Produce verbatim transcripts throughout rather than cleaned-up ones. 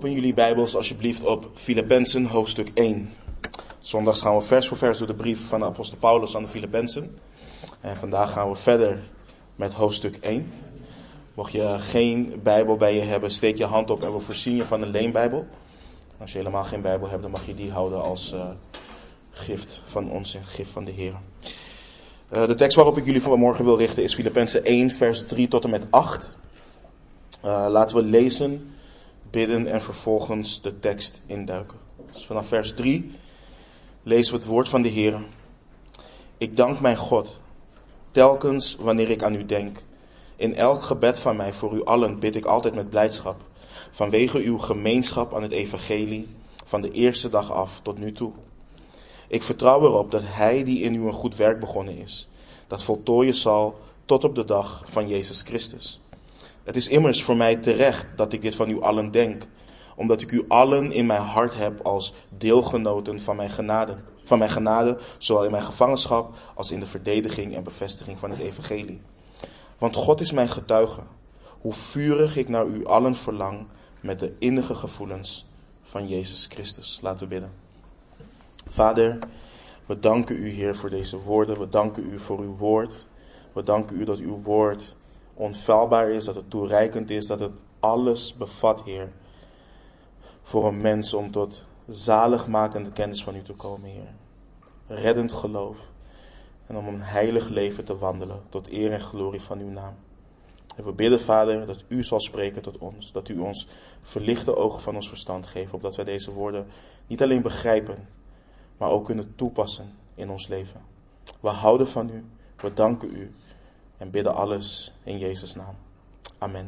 Open jullie Bijbels alsjeblieft op Filippenzen hoofdstuk één. Zondags gaan we vers voor vers door de brief van de apostel Paulus aan de Filippenzen. En vandaag gaan we verder met hoofdstuk één. Mocht je geen Bijbel bij je hebben, steek je hand op en we voorzien je van een leenbijbel. Als je helemaal geen Bijbel hebt, dan mag je die houden als uh, gift van ons en gift van de Heer. Uh, de tekst waarop ik jullie vanmorgen wil richten is Filippenzen één, vers drie tot en met acht. Uh, laten we lezen, bidden en vervolgens de tekst induiken. Dus vanaf vers drie lezen we het woord van de Heer. Ik dank mijn God, telkens wanneer ik aan u denk. In elk gebed van mij voor u allen bid ik altijd met blijdschap, vanwege uw gemeenschap aan het evangelie van de eerste dag af tot nu toe. Ik vertrouw erop dat hij die in u een goed werk begonnen is, dat voltooien zal tot op de dag van Jezus Christus. Het is immers voor mij terecht dat ik dit van u allen denk, omdat ik u allen in mijn hart heb als deelgenoten van mijn genade, van mijn genade, zowel in mijn gevangenschap als in de verdediging en bevestiging van het evangelie. Want God is mijn getuige, hoe vurig ik naar u allen verlang met de innige gevoelens van Jezus Christus. Laten we bidden. Vader, we danken u, Heer, voor deze woorden. We danken u voor uw woord. We danken u dat uw woord onfeilbaar is, dat het toereikend is, dat het alles bevat, Heer. Voor een mens om tot zaligmakende kennis van u te komen, Heer. Reddend geloof. En om een heilig leven te wandelen, tot eer en glorie van uw naam. En we bidden, Vader, dat u zal spreken tot ons. Dat u ons verlichte ogen van ons verstand geeft, opdat wij deze woorden niet alleen begrijpen, maar ook kunnen toepassen in ons leven. We houden van u, we danken u en bidden alles in Jezus' naam. Amen.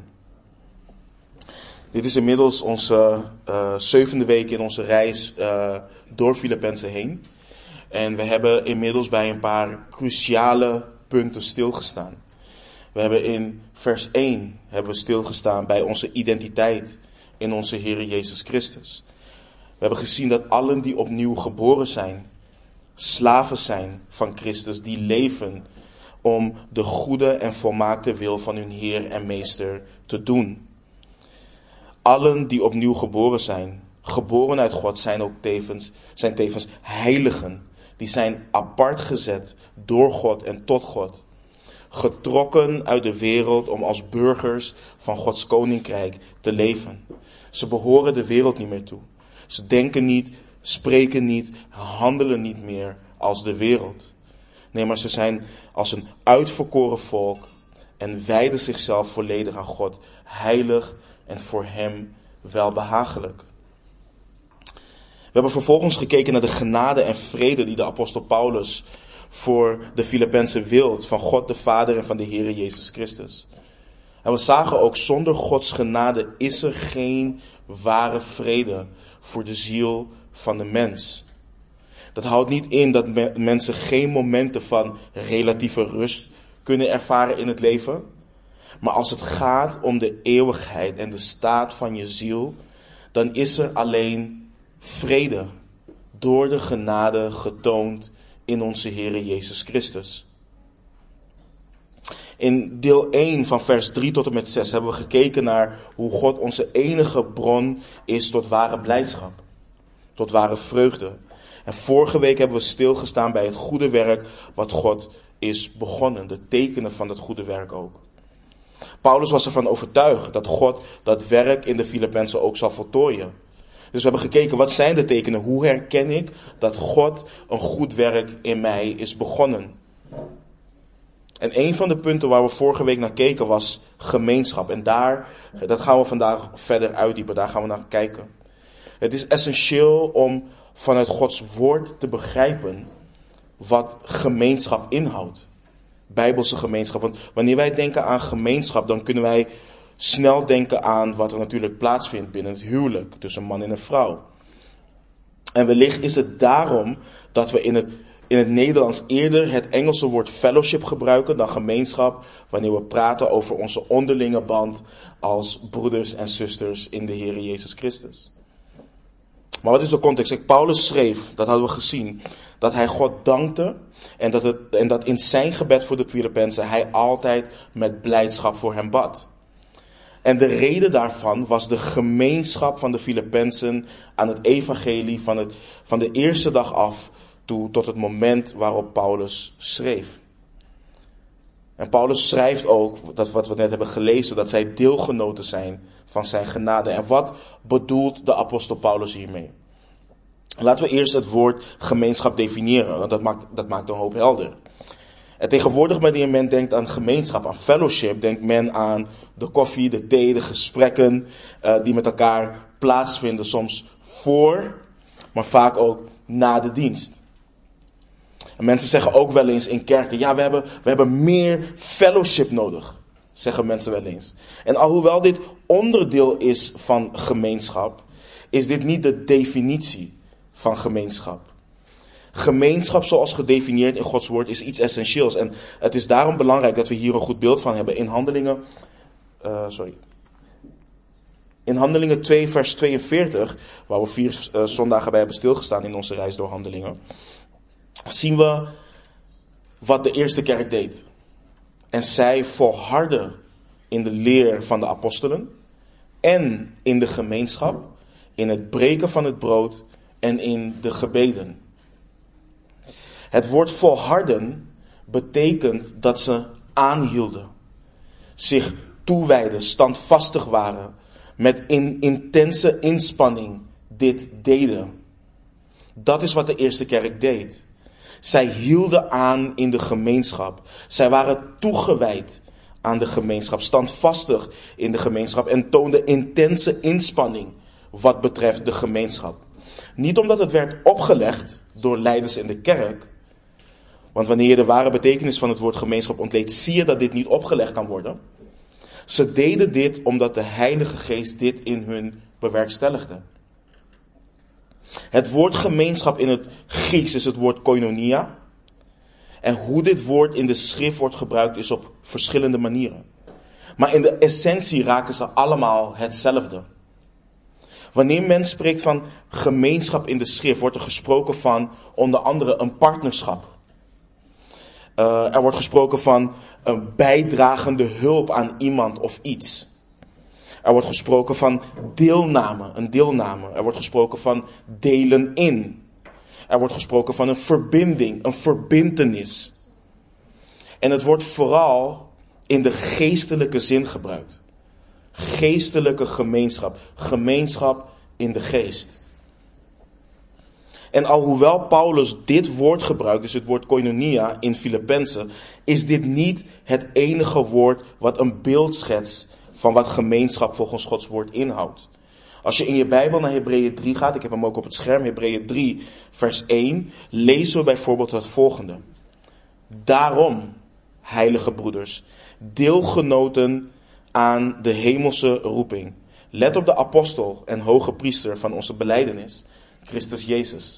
Dit is inmiddels onze uh, zevende week in onze reis uh, door Filippenzen heen. En we hebben inmiddels bij een paar cruciale punten stilgestaan. We hebben in vers één hebben we stilgestaan bij onze identiteit in onze Heer Jezus Christus. We hebben gezien dat allen die opnieuw geboren zijn, slaven zijn van Christus, die leven om de goede en volmaakte wil van hun Heer en Meester te doen. Allen die opnieuw geboren zijn, geboren uit God, zijn ook tevens, zijn tevens heiligen. Die zijn apart gezet door God en tot God. Getrokken uit de wereld om als burgers van Gods koninkrijk te leven. Ze behoren de wereld niet meer toe. Ze denken niet, spreken niet, handelen niet meer als de wereld. Nee, maar ze zijn als een uitverkoren volk en wijden zichzelf volledig aan God. Heilig en voor hem welbehagelijk. We hebben vervolgens gekeken naar de genade en vrede die de apostel Paulus voor de Filippenzen wilt, van God de Vader en van de Heer Jezus Christus. En we zagen ook, zonder Gods genade is er geen ware vrede voor de ziel van de mens. Dat houdt niet in dat me- mensen geen momenten van relatieve rust kunnen ervaren in het leven. Maar als het gaat om de eeuwigheid en de staat van je ziel, dan is er alleen vrede door de genade getoond in onze Heer Jezus Christus. In deel één van vers drie tot en met zes hebben we gekeken naar hoe God onze enige bron is tot ware blijdschap, tot ware vreugde. En vorige week hebben we stilgestaan bij het goede werk wat God is begonnen, de tekenen van dat goede werk ook. Paulus was ervan overtuigd dat God dat werk in de Filippenzen ook zal voltooien. Dus we hebben gekeken, wat zijn de tekenen? Hoe herken ik dat God een goed werk in mij is begonnen? En een van de punten waar we vorige week naar keken was gemeenschap. En daar, dat gaan we vandaag verder uitdiepen, daar gaan we naar kijken. Het is essentieel om vanuit Gods woord te begrijpen wat gemeenschap inhoudt. Bijbelse gemeenschap. Want wanneer wij denken aan gemeenschap, dan kunnen wij snel denken aan wat er natuurlijk plaatsvindt binnen het huwelijk tussen een man en een vrouw. En wellicht is het daarom dat we in het, in het Nederlands eerder het Engelse woord fellowship gebruiken dan gemeenschap, wanneer we praten over onze onderlinge band als broeders en zusters in de Heer Jezus Christus. Maar wat is de context? Kijk, Paulus schreef, dat hadden we gezien, dat hij God dankte en dat, het, en dat in zijn gebed voor de Filippenzen hij altijd met blijdschap voor hem bad. En de reden daarvan was de gemeenschap van de Filippenzen aan het evangelie van, het, van de eerste dag af toe tot het moment waarop Paulus schreef. En Paulus schrijft ook, dat wat we net hebben gelezen, dat zij deelgenoten zijn van zijn genade. En wat bedoelt de apostel Paulus hiermee? Laten we eerst het woord gemeenschap definiëren, want dat maakt, dat maakt een hoop helder. En tegenwoordig, wanneer men denkt aan gemeenschap, aan fellowship, denkt men aan de koffie, de thee, de gesprekken uh, die met elkaar plaatsvinden, soms voor, maar vaak ook na de dienst. En mensen zeggen ook wel eens in kerken, ja, we hebben, we hebben meer fellowship nodig, zeggen mensen wel eens. En alhoewel dit onderdeel is van gemeenschap, is dit niet de definitie van gemeenschap. Gemeenschap zoals gedefinieerd in Gods woord is iets essentieels. En het is daarom belangrijk dat we hier een goed beeld van hebben. In Handelingen, uh, sorry. In Handelingen twee vers tweeënveertig, waar we vier uh, zondagen bij hebben stilgestaan in onze reis door Handelingen, zien we wat de eerste kerk deed. En zij volhardden in de leer van de apostelen en in de gemeenschap, in het breken van het brood en in de gebeden. Het woord volharden betekent dat ze aanhielden, zich toewijden, standvastig waren, met in intense inspanning dit deden. Dat is wat de eerste kerk deed. Zij hielden aan in de gemeenschap. Zij waren toegewijd aan de gemeenschap, standvastig in de gemeenschap en toonden intense inspanning wat betreft de gemeenschap. Niet omdat het werd opgelegd door leiders in de kerk, want wanneer je de ware betekenis van het woord gemeenschap ontleedt, zie je dat dit niet opgelegd kan worden. Ze deden dit omdat de Heilige Geest dit in hun bewerkstelligde. Het woord gemeenschap in het Grieks is het woord koinonia. En hoe dit woord in de schrift wordt gebruikt is op verschillende manieren. Maar in de essentie raken ze allemaal hetzelfde. Wanneer men spreekt van gemeenschap in de schrift, wordt er gesproken van onder andere een partnerschap. Uh, er wordt gesproken van een bijdragende hulp aan iemand of iets. Er wordt gesproken van deelname, een deelname. Er wordt gesproken van delen in. Er wordt gesproken van een verbinding, een verbintenis. En het wordt vooral in de geestelijke zin gebruikt. Geestelijke gemeenschap. Gemeenschap in de geest. En alhoewel Paulus dit woord gebruikt, dus het woord koinonia in Filippenzen, is dit niet het enige woord wat een beeld schetst van wat gemeenschap volgens Gods woord inhoudt. Als je in je Bijbel naar Hebreeën drie gaat, ik heb hem ook op het scherm, Hebreeën drie vers één, lezen we bijvoorbeeld het volgende. Daarom, heilige broeders, deelgenoten aan de hemelse roeping. Let op de apostel en hoge priester van onze belijdenis, Christus Jezus.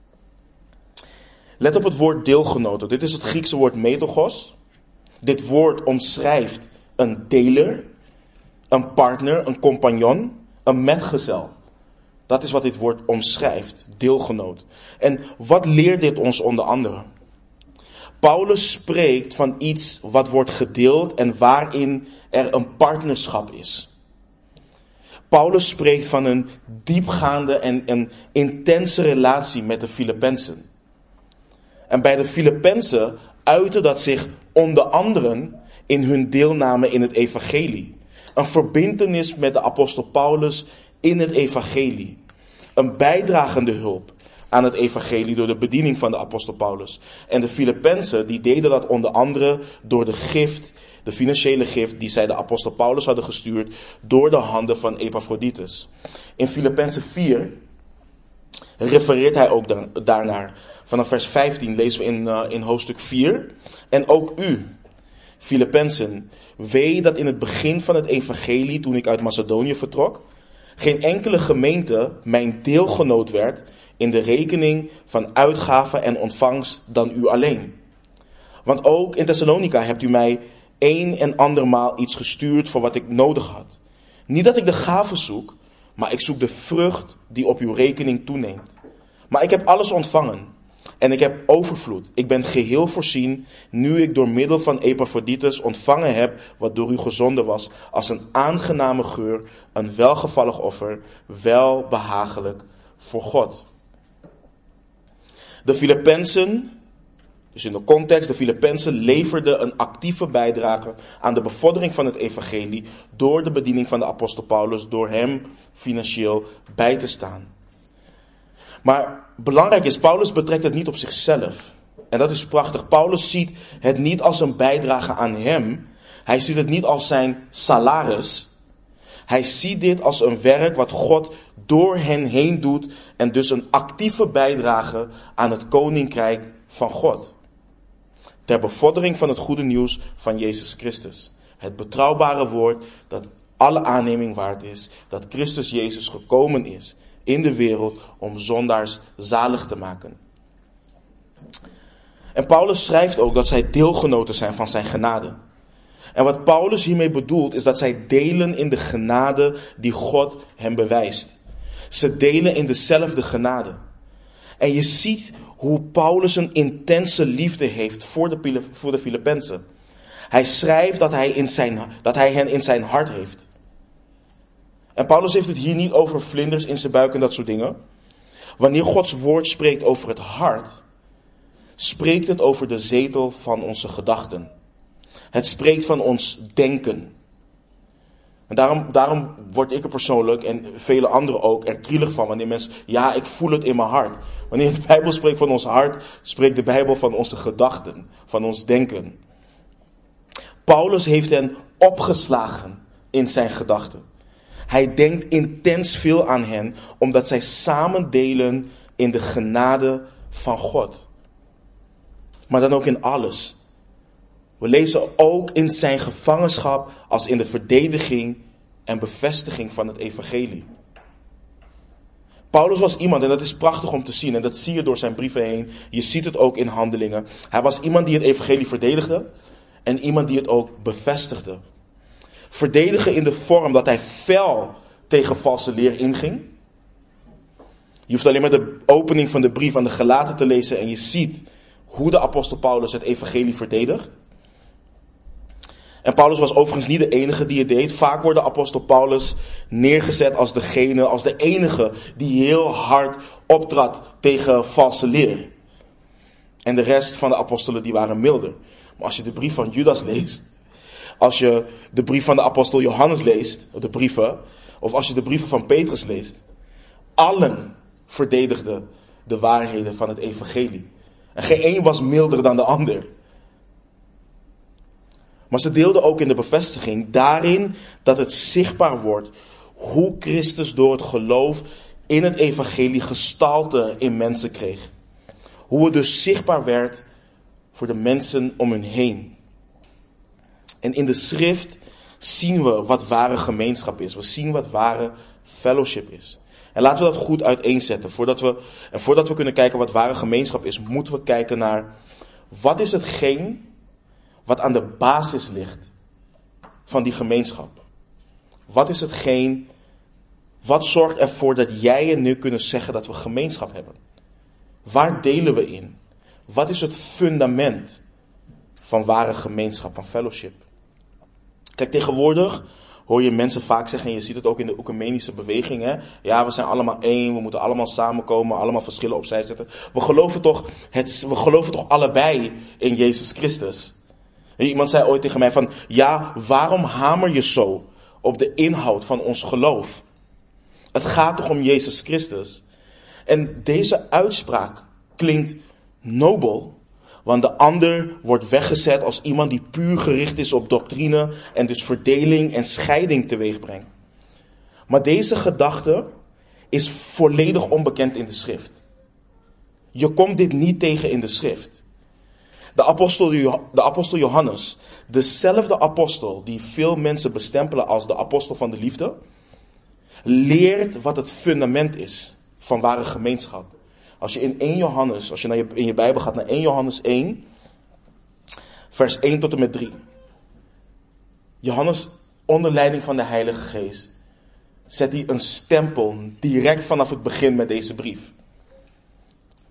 Let op het woord deelgenoten. Dit is het Griekse woord metogos. Dit woord omschrijft een deler, een partner, een compagnon, een metgezel. Dat is wat dit woord omschrijft, deelgenoot. En wat leert dit ons onder andere? Paulus spreekt van iets wat wordt gedeeld en waarin er een partnerschap is. Paulus spreekt van een diepgaande en een intense relatie met de Filippenzen. En bij de Filippenzen uitte dat zich onder anderen in hun deelname in het evangelie. Een verbintenis met de apostel Paulus in het evangelie. Een bijdragende hulp aan het evangelie door de bediening van de apostel Paulus. En de Filippenzen die deden dat onder andere door de gift, de financiële gift die zij de apostel Paulus hadden gestuurd door de handen van Epaphroditus. In Filippenzen vier refereert hij ook da- daarnaar. Vanaf vers vijftien lezen we in, uh, in hoofdstuk vier. En ook u, Filippenzen, weet dat in het begin van het evangelie, toen ik uit Macedonië vertrok, geen enkele gemeente mijn deelgenoot werd in de rekening van uitgaven en ontvangst dan u alleen. Want ook in Thessalonica hebt u mij een en andermaal iets gestuurd voor wat ik nodig had. Niet dat ik de gave zoek, maar ik zoek de vrucht die op uw rekening toeneemt. Maar ik heb alles ontvangen. En ik heb overvloed. Ik ben geheel voorzien, nu ik door middel van Epaphroditus ontvangen heb wat door u gezonden was, als een aangename geur, een welgevallig offer, welbehagelijk voor God. De Filippenzen, dus in de context, de Filippenzen leverden een actieve bijdrage aan de bevordering van het evangelie door de bediening van de apostel Paulus, door hem financieel bij te staan. Maar belangrijk is, Paulus betrekt het niet op zichzelf. En dat is prachtig. Paulus ziet het niet als een bijdrage aan hem. Hij ziet het niet als zijn salaris. Hij ziet dit als een werk wat God door hen heen doet en dus een actieve bijdrage aan het koninkrijk van God. Ter bevordering van het goede nieuws van Jezus Christus. Het betrouwbare woord dat alle aanneming waard is, dat Christus Jezus gekomen is in de wereld om zondaars zalig te maken. En Paulus schrijft ook dat zij deelgenoten zijn van zijn genade. En wat Paulus hiermee bedoelt is dat zij delen in de genade die God hem bewijst. Ze delen in dezelfde genade. En je ziet hoe Paulus een intense liefde heeft voor de, voor de Filippenzen. Hij schrijft dat hij, in zijn, dat hij hen in zijn hart heeft. En Paulus heeft het hier niet over vlinders in zijn buik en dat soort dingen. Wanneer Gods woord spreekt over het hart, spreekt het over de zetel van onze gedachten. Het spreekt van ons denken. En daarom, daarom word ik er persoonlijk en vele anderen ook er krielig van wanneer mensen, ja, ik voel het in mijn hart. Wanneer de Bijbel spreekt van ons hart, spreekt de Bijbel van onze gedachten, van ons denken. Paulus heeft hen opgeslagen in zijn gedachten. Hij denkt intens veel aan hen, omdat zij samen delen in de genade van God. Maar dan ook in alles. We lezen ook in zijn gevangenschap als in de verdediging en bevestiging van het evangelie. Paulus was iemand, en dat is prachtig om te zien, en dat zie je door zijn brieven heen. Je ziet het ook in Handelingen. Hij was iemand die het evangelie verdedigde en iemand die het ook bevestigde. Verdedigen in de vorm dat hij fel tegen valse leer inging. Je hoeft alleen maar de opening van de brief aan de Galaten te lezen en je ziet hoe de apostel Paulus het evangelie verdedigt. En Paulus was overigens niet de enige die het deed. Vaak wordt de apostel Paulus neergezet als degene, als de enige die heel hard optrad tegen valse leer. En de rest van de apostelen die waren milder. Maar als je de brief van Judas leest, als je de brief van de apostel Johannes leest, de brieven, of als je de brieven van Petrus leest, allen verdedigden de waarheden van het evangelie. En geen één was milder dan de ander. Maar ze deelden ook in de bevestiging daarin dat het zichtbaar wordt hoe Christus door het geloof in het evangelie gestalte in mensen kreeg. Hoe het dus zichtbaar werd voor de mensen om hun heen. En in de schrift zien we wat ware gemeenschap is. We zien wat ware fellowship is. En laten we dat goed uiteenzetten. Voordat we, en voordat we kunnen kijken wat ware gemeenschap is, moeten we kijken naar wat is hetgeen wat aan de basis ligt van die gemeenschap. Wat is hetgeen, wat zorgt ervoor dat jij en nu kunnen zeggen dat we gemeenschap hebben? Waar delen we in? Wat is het fundament van ware gemeenschap, van fellowship? Kijk, tegenwoordig hoor je mensen vaak zeggen, en je ziet het ook in de oecumenische beweging, hè? Ja, we zijn allemaal één, we moeten allemaal samenkomen, allemaal verschillen opzij zetten. We geloven toch, het, we geloven toch allebei in Jezus Christus. Iemand zei ooit tegen mij van, ja, waarom hamer je zo op de inhoud van ons geloof? Het gaat toch om Jezus Christus? En deze uitspraak klinkt nobel, want de ander wordt weggezet als iemand die puur gericht is op doctrine en dus verdeling en scheiding teweeg brengt. Maar deze gedachte is volledig onbekend in de schrift. Je komt dit niet tegen in de schrift. De apostel, de apostel Johannes, dezelfde apostel die veel mensen bestempelen als de apostel van de liefde, leert wat het fundament is van ware gemeenschap. Als je in één Johannes, als je naar je, in je Bijbel gaat naar één Johannes één, vers één tot en met drie. Johannes, onder leiding van de Heilige Geest, zet hij een stempel direct vanaf het begin met deze brief.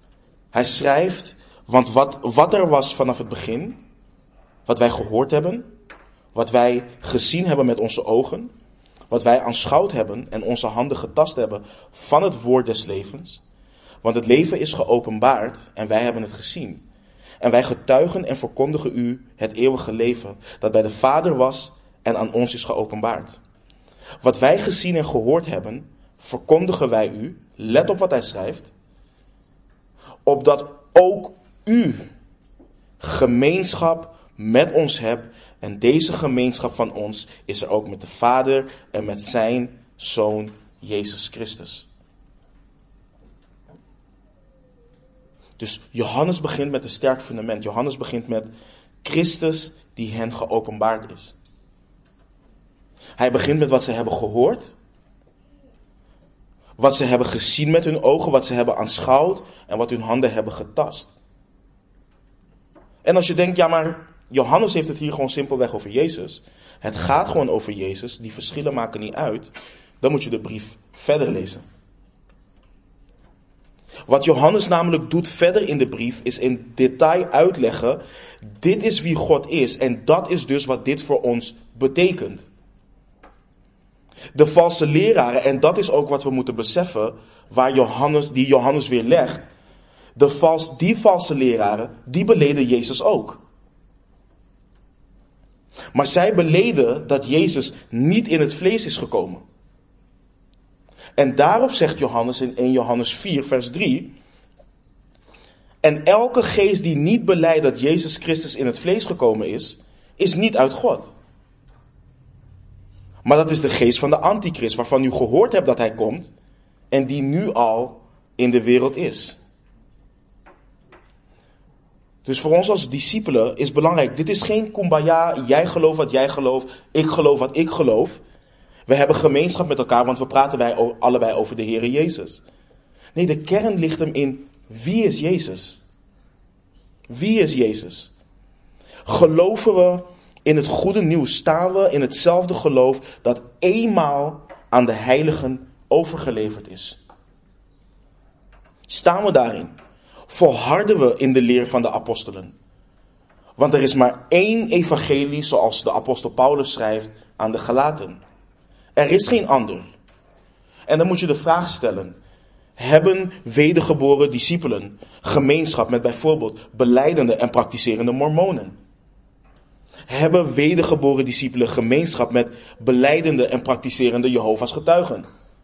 Hij schrijft, want wat, wat er was vanaf het begin, wat wij gehoord hebben, wat wij gezien hebben met onze ogen, wat wij aanschouwd hebben en onze handen getast hebben van het woord des levens. Want het leven is geopenbaard en wij hebben het gezien. En wij getuigen en verkondigen u het eeuwige leven dat bij de Vader was en aan ons is geopenbaard. Wat wij gezien en gehoord hebben, verkondigen wij u, let op wat hij schrijft, opdat ook u gemeenschap met ons hebt. En deze gemeenschap van ons is er ook met de Vader en met zijn Zoon Jezus Christus. Dus Johannes begint met een sterk fundament. Johannes begint met Christus die hen geopenbaard is. Hij begint met wat ze hebben gehoord. Wat ze hebben gezien met hun ogen, wat ze hebben aanschouwd en wat hun handen hebben getast. En als je denkt, ja maar Johannes heeft het hier gewoon simpelweg over Jezus. Het gaat gewoon over Jezus, die verschillen maken niet uit. Dan moet je de brief verder lezen. Wat Johannes namelijk doet verder in de brief is in detail uitleggen, dit is wie God is en dat is dus wat dit voor ons betekent. De valse leraren, en dat is ook wat we moeten beseffen, waar Johannes, die Johannes weer legt. De vals, die valse leraren, die beleden Jezus ook. Maar zij beleden dat Jezus niet in het vlees is gekomen. En daarop zegt Johannes in eerste Johannes vier vers drie. En elke geest die niet belijdt dat Jezus Christus in het vlees gekomen is, is niet uit God. Maar dat is de geest van de antichrist, waarvan u gehoord hebt dat hij komt en die nu al in de wereld is. Dus voor ons als discipelen is belangrijk, dit is geen kumbaya, jij gelooft wat jij gelooft, ik geloof wat ik geloof. We hebben gemeenschap met elkaar, want we praten wij allebei over de Heere Jezus. Nee, de kern ligt hem in, wie is Jezus? Wie is Jezus? Geloven we in het goede nieuws, staan we in hetzelfde geloof dat eenmaal aan de heiligen overgeleverd is? Staan we daarin? Volharden we in de leer van de apostelen? Want er is maar één evangelie, zoals de apostel Paulus schrijft aan de Galaten. Er is geen ander. En dan moet je de vraag stellen, hebben wedergeboren discipelen gemeenschap met bijvoorbeeld belijdende en praktiserende mormonen? Hebben wedergeboren discipelen gemeenschap met belijdende en praktiserende Jehovah's getuigen?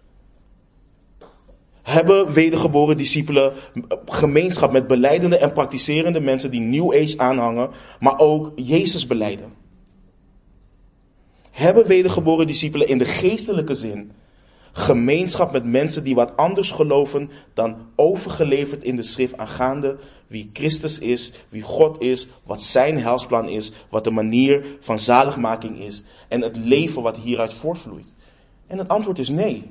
Hebben wedergeboren discipelen gemeenschap met belijdende en praktiserende mensen die New Age aanhangen, maar ook Jezus belijden? Hebben wedergeboren discipelen in de geestelijke zin gemeenschap met mensen die wat anders geloven dan overgeleverd in de schrift aangaande wie Christus is, wie God is, wat zijn heilsplan is, wat de manier van zaligmaking is en het leven wat hieruit voortvloeit? En het antwoord is nee.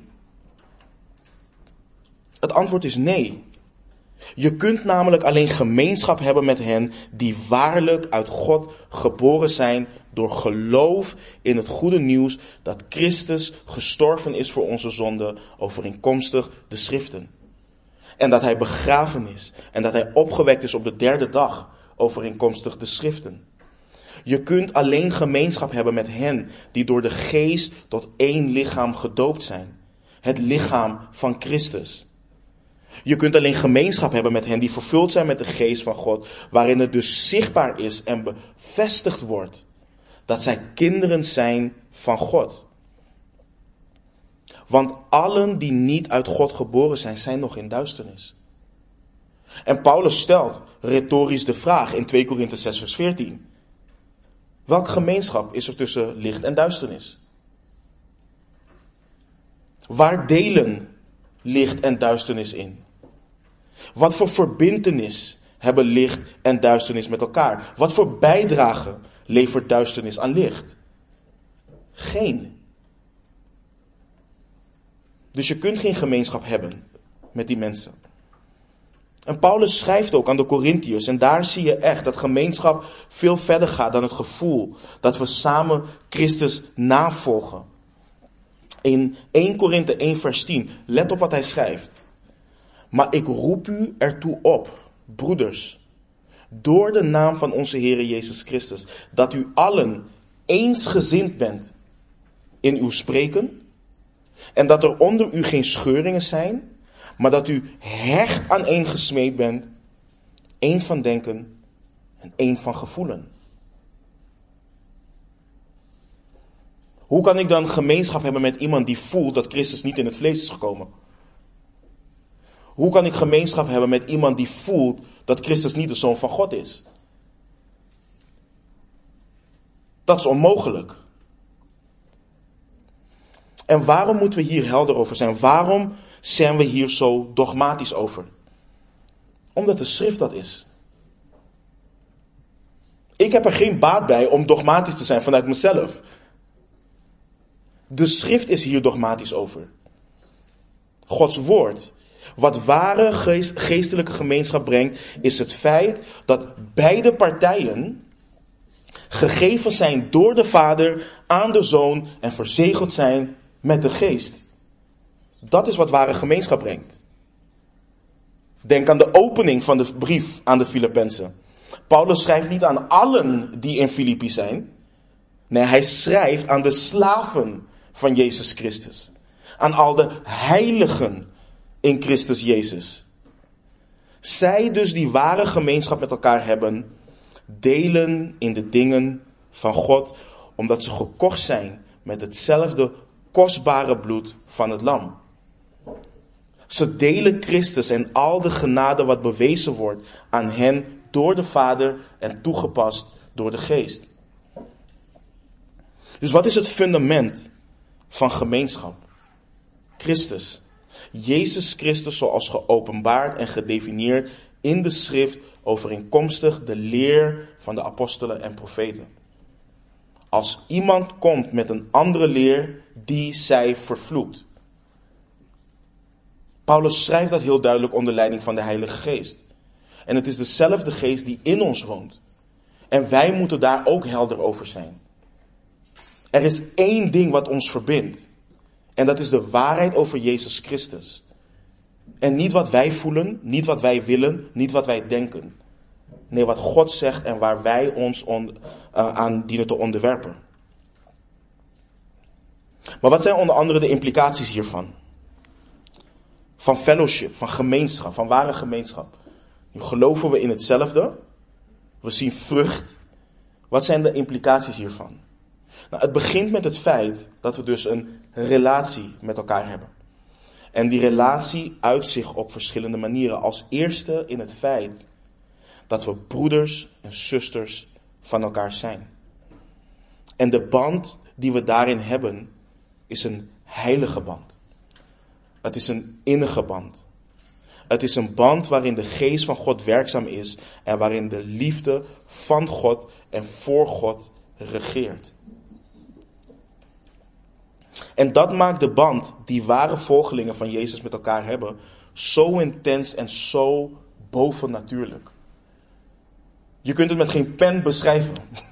Het antwoord is nee. Je kunt namelijk alleen gemeenschap hebben met hen die waarlijk uit God geboren zijn door geloof in het goede nieuws dat Christus gestorven is voor onze zonden overeenkomstig de schriften. En dat hij begraven is en dat hij opgewekt is op de derde dag overeenkomstig de schriften. Je kunt alleen gemeenschap hebben met hen die door de geest tot één lichaam gedoopt zijn. Het lichaam van Christus. Je kunt alleen gemeenschap hebben met hen die vervuld zijn met de geest van God, waarin het dus zichtbaar is en bevestigd wordt dat zij kinderen zijn van God. Want allen die niet uit God geboren zijn, zijn nog in duisternis. En Paulus stelt retorisch de vraag in twee Korinthe zes vers veertien. Welke gemeenschap is er tussen licht en duisternis? Waar delen licht en duisternis in? Wat voor verbintenis hebben licht en duisternis met elkaar? Wat voor bijdrage levert duisternis aan licht? Geen. Dus je kunt geen gemeenschap hebben met die mensen. En Paulus schrijft ook aan de Korintiërs, en daar zie je echt dat gemeenschap veel verder gaat dan het gevoel dat we samen Christus navolgen. In eerste Korinthe één vers tien, let op wat hij schrijft. Maar ik roep u ertoe op, broeders, door de naam van onze Heere Jezus Christus, dat u allen eensgezind bent in uw spreken, en dat er onder u geen scheuringen zijn, maar dat u hecht aaneengesmeed bent, één van denken en één van gevoelen. Hoe kan ik dan gemeenschap hebben met iemand die voelt dat Christus niet in het vlees is gekomen? Hoe kan ik gemeenschap hebben met iemand die voelt dat Christus niet de Zoon van God is? Dat is onmogelijk. En waarom moeten we hier helder over zijn? Waarom zijn we hier zo dogmatisch over? Omdat de schrift dat is. Ik heb er geen baat bij om dogmatisch te zijn vanuit mezelf. De schrift is hier dogmatisch over. Gods woord. Wat ware geest, geestelijke gemeenschap brengt, is het feit dat beide partijen gegeven zijn door de Vader aan de Zoon en verzegeld zijn met de Geest. Dat is wat ware gemeenschap brengt. Denk aan de opening van de brief aan de Filippenzen. Paulus schrijft niet aan allen die in Filippi zijn. Nee, hij schrijft aan de slaven van Jezus Christus. Aan al de heiligen in Christus Jezus. Zij dus die ware gemeenschap met elkaar hebben, delen in de dingen van God, omdat ze gekocht zijn met hetzelfde kostbare bloed van het lam. Ze delen Christus en al de genade wat bewezen wordt aan hen door de Vader en toegepast door de Geest. Dus wat is het fundament van gemeenschap? Christus. Jezus Christus zoals geopenbaard en gedefinieerd in de schrift overeenkomstig de leer van de apostelen en profeten. Als iemand komt met een andere leer, die zij vervloekt. Paulus schrijft dat heel duidelijk onder leiding van de Heilige Geest. En het is dezelfde Geest die in ons woont. En wij moeten daar ook helder over zijn. Er is één ding wat ons verbindt. En dat is de waarheid over Jezus Christus. En niet wat wij voelen, niet wat wij willen, niet wat wij denken. Nee, wat God zegt en waar wij ons on, uh, aan dienen te onderwerpen. Maar wat zijn onder andere de implicaties hiervan? Van fellowship, van gemeenschap, van ware gemeenschap. Nu geloven we in hetzelfde. We zien vrucht. Wat zijn de implicaties hiervan? Nou, het begint met het feit dat we dus een relatie met elkaar hebben. En die relatie uit zich op verschillende manieren. Als eerste in het feit dat we broeders en zusters van elkaar zijn. En de band die we daarin hebben is een heilige band. Het is een innige band. Het is een band waarin de geest van God werkzaam is en waarin de liefde van God en voor God regeert. En dat maakt de band die ware volgelingen van Jezus met elkaar hebben zo intens en zo bovennatuurlijk. Je kunt het met geen pen beschrijven.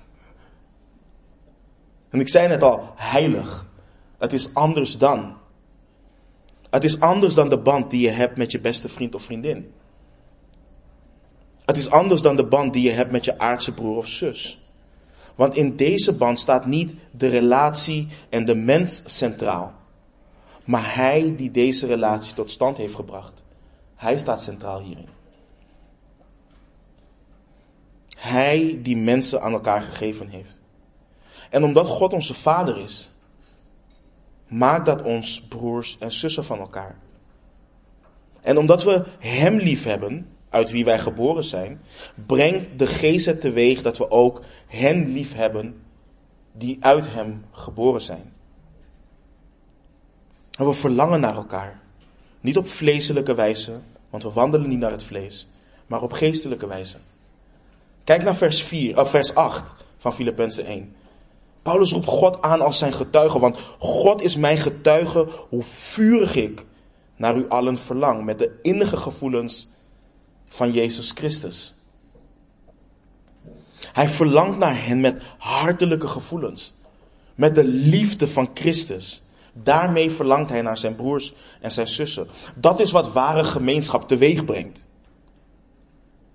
En ik zei net al, heilig. Het is anders dan. Het is anders dan de band die je hebt met je beste vriend of vriendin. Het is anders dan de band die je hebt met je aardse broer of zus. Want in deze band staat niet de relatie en de mens centraal. Maar hij die deze relatie tot stand heeft gebracht. Hij staat centraal hierin. Hij die mensen aan elkaar gegeven heeft. En omdat God onze Vader is, maakt dat ons broers en zussen van elkaar. En omdat we hem lief hebben, uit wie wij geboren zijn, brengt de Geest het teweeg dat we ook hen lief hebben die uit hem geboren zijn. En we verlangen naar elkaar. Niet op vleeselijke wijze, want we wandelen niet naar het vlees, maar op geestelijke wijze. Kijk naar vers vier, of vers acht van Filippenzen één. Paulus roept God aan als zijn getuige, want God is mijn getuige hoe vurig ik naar u allen verlang met de innige gevoelens van Jezus Christus. Hij verlangt naar hen met hartelijke gevoelens, met de liefde van Christus. Daarmee verlangt hij naar zijn broers en zijn zussen. Dat is wat ware gemeenschap teweeg brengt.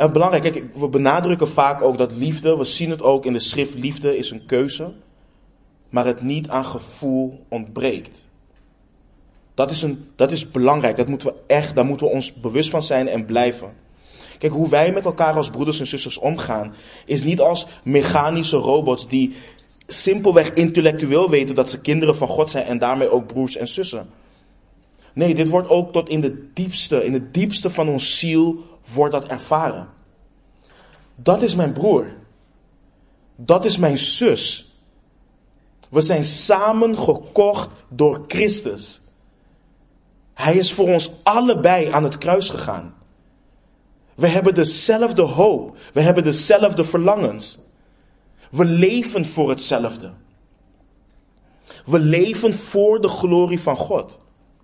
En belangrijk, kijk, we benadrukken vaak ook dat liefde, we zien het ook in de schrift, liefde is een keuze, maar het niet aan gevoel ontbreekt. Dat is, een, dat is belangrijk, dat moeten we echt, daar moeten we ons bewust van zijn en blijven. Kijk, hoe wij met elkaar als broeders en zusters omgaan, is niet als mechanische robots die simpelweg intellectueel weten dat ze kinderen van God zijn en daarmee ook broers en zussen. Nee, dit wordt ook tot in de diepste, in het diepste van ons ziel wordt dat ervaren. Dat is mijn broer. Dat is mijn zus. We zijn samen gekocht door Christus. Hij is voor ons allebei aan het kruis gegaan. We hebben dezelfde hoop. We hebben dezelfde verlangens. We leven voor hetzelfde. We leven voor de glorie van God.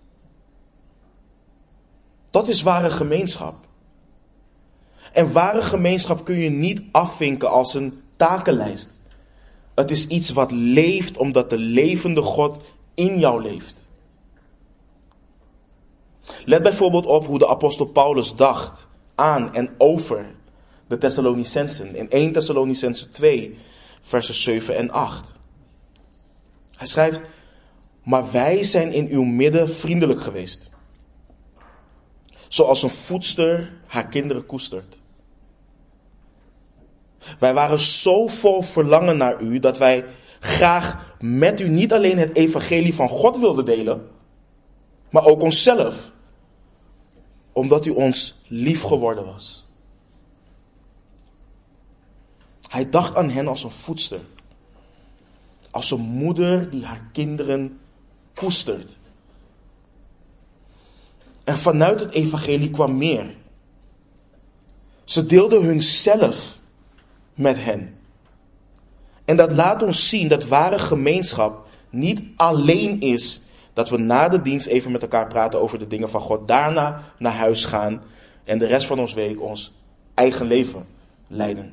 Dat is ware gemeenschap. En ware gemeenschap kun je niet afvinken als een takenlijst. Het is iets wat leeft omdat de levende God in jou leeft. Let bijvoorbeeld op hoe de apostel Paulus dacht aan en over de Thessalonicensen. In eerste Thessalonicenzen twee, versen zeven en acht. Hij schrijft, maar wij zijn in uw midden vriendelijk geweest. Zoals een voedster haar kinderen koestert. Wij waren zo vol verlangen naar u dat wij graag met u niet alleen het evangelie van God wilden delen, maar ook onszelf. Omdat u ons lief geworden was. Hij dacht aan hen als een voedster. Als een moeder die haar kinderen koestert. En vanuit het evangelie kwam meer. Ze deelden hunzelf met hen. En dat laat ons zien dat ware gemeenschap niet alleen is dat we na de dienst even met elkaar praten over de dingen van God. Daarna naar huis gaan en de rest van ons week ons eigen leven leiden.